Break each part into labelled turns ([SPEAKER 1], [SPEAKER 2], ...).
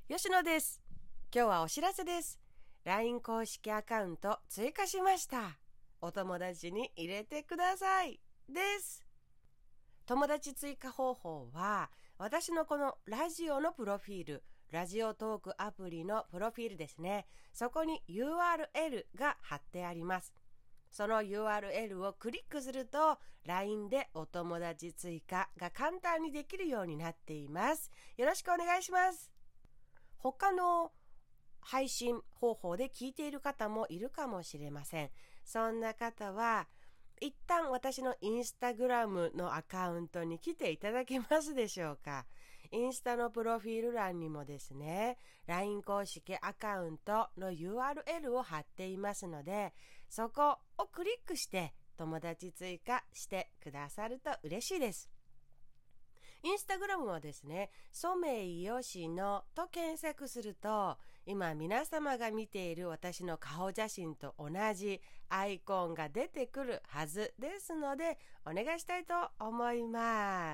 [SPEAKER 1] 吉野です。今日はお知らせです。LINE 公式アカウント追加しました。お友達に入れてくださいです。友達追加方法は、私のこのラジオのプロフィール、ラジオトークアプリのプロフィールですね。そこに URL が貼ってあります。その URL をクリックすると LINE でお友達追加が簡単にできるようになっています。よろしくお願いします。他の配信方法で聞いている方もいるかもしれません。そんな方は一旦私のインスタグラムのアカウントに来ていただけますでしょうか。インスタのプロフィール欄にもですね、LINE 公式アカウントの URL を貼っていますので、そこをクリックして友達追加してくださると嬉しいです。インスタグラムはですね、ソメイヨシノと検索すると、今皆様が見ている私の顔写真と同じアイコンが出てくるはずですので、お願いしたいと思います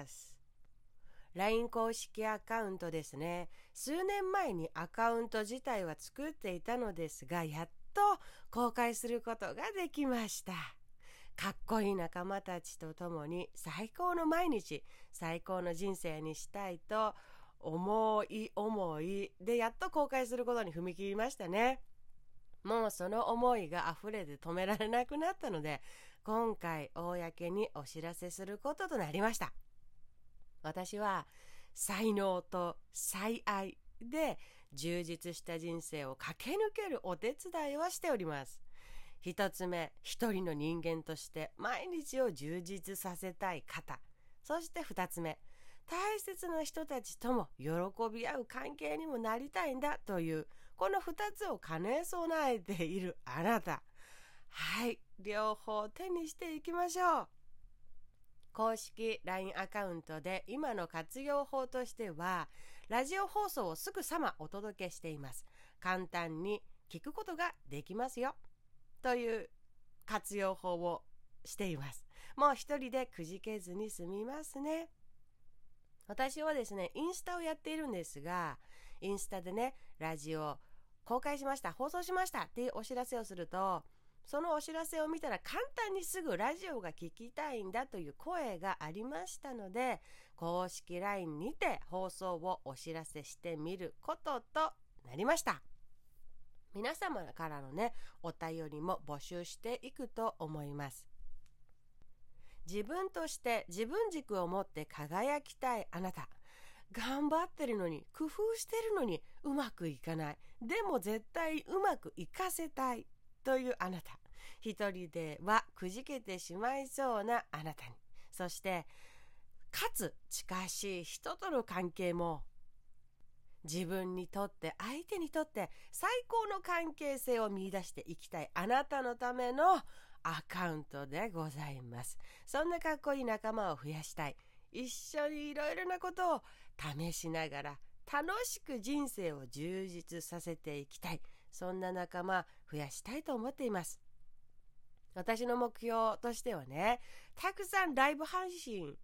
[SPEAKER 1] 。LINE 公式アカウントですね。数年前にアカウント自体は作っていたのですが、やっと公開することができました。かっこいい仲間たちと共に最高の毎日、最高の人生にしたいと思いでやっと公開することに踏み切りましたね。もうその思いが溢れて止められなくなったので、今回公にお知らせすることとなりました。私は才能と才愛で充実した人生を駆け抜けるお手伝いをしております。一つ目、一人の人間として毎日を充実させたい方。そして二つ目、大切な人たちとも喜び合う関係にもなりたいんだという、この二つを兼ね備えているあなた。はい、両方手にしていきましょう。公式 LINE アカウントで今の活用法としては、ラジオ放送をすぐさまお届けしています。簡単に聞くことができますよ。という活用法をしています。もう一人でくじけずに済みますね。私はですね、インスタをやっているんですが、インスタでね、ラジオ公開しました、放送しましたっていうお知らせをすると、そのお知らせを見たら簡単にすぐラジオが聞きたいんだという声がありましたので、公式 LINE にて放送をお知らせしてみることとなりました。皆様からのね、お便りも募集していくと思います。自分として自分軸を持って輝きたいあなた。頑張ってるのに、工夫してるのにうまくいかない。でも絶対うまくいかせたいというあなた。一人ではくじけてしまいそうなあなたに。そして、かつ近しい人との関係も自分にとって相手にとって最高の関係性を見出していきたいあなたのためのアカウントでございます。そんなかっこいい仲間を増やしたい。一緒にいろいろなことを試しながら楽しく人生を充実させていきたい。そんな仲間増やしたいと思っています。私の目標としてはね、たくさんライブ配信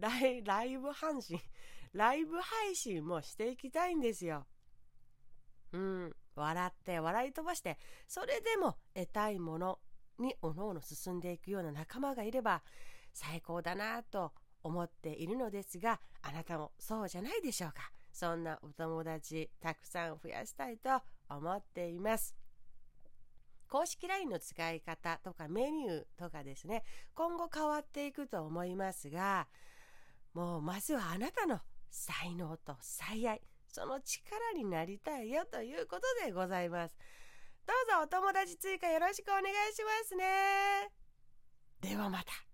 [SPEAKER 1] もしていきたいんですよ。笑って笑い飛ばして、それでも得たいものにおのおの進んでいくような仲間がいれば最高だなと思っているのですが、あなたもそうじゃないでしょうか。そんなお友達たくさん増やしたいと思っています。公式 LINE の使い方とかメニューとかですね、今後変わっていくと思いますが、もうまずはあなたの才能と才愛、その力になりたいよということでございます。どうぞお友達追加よろしくお願いしますね。ではまた。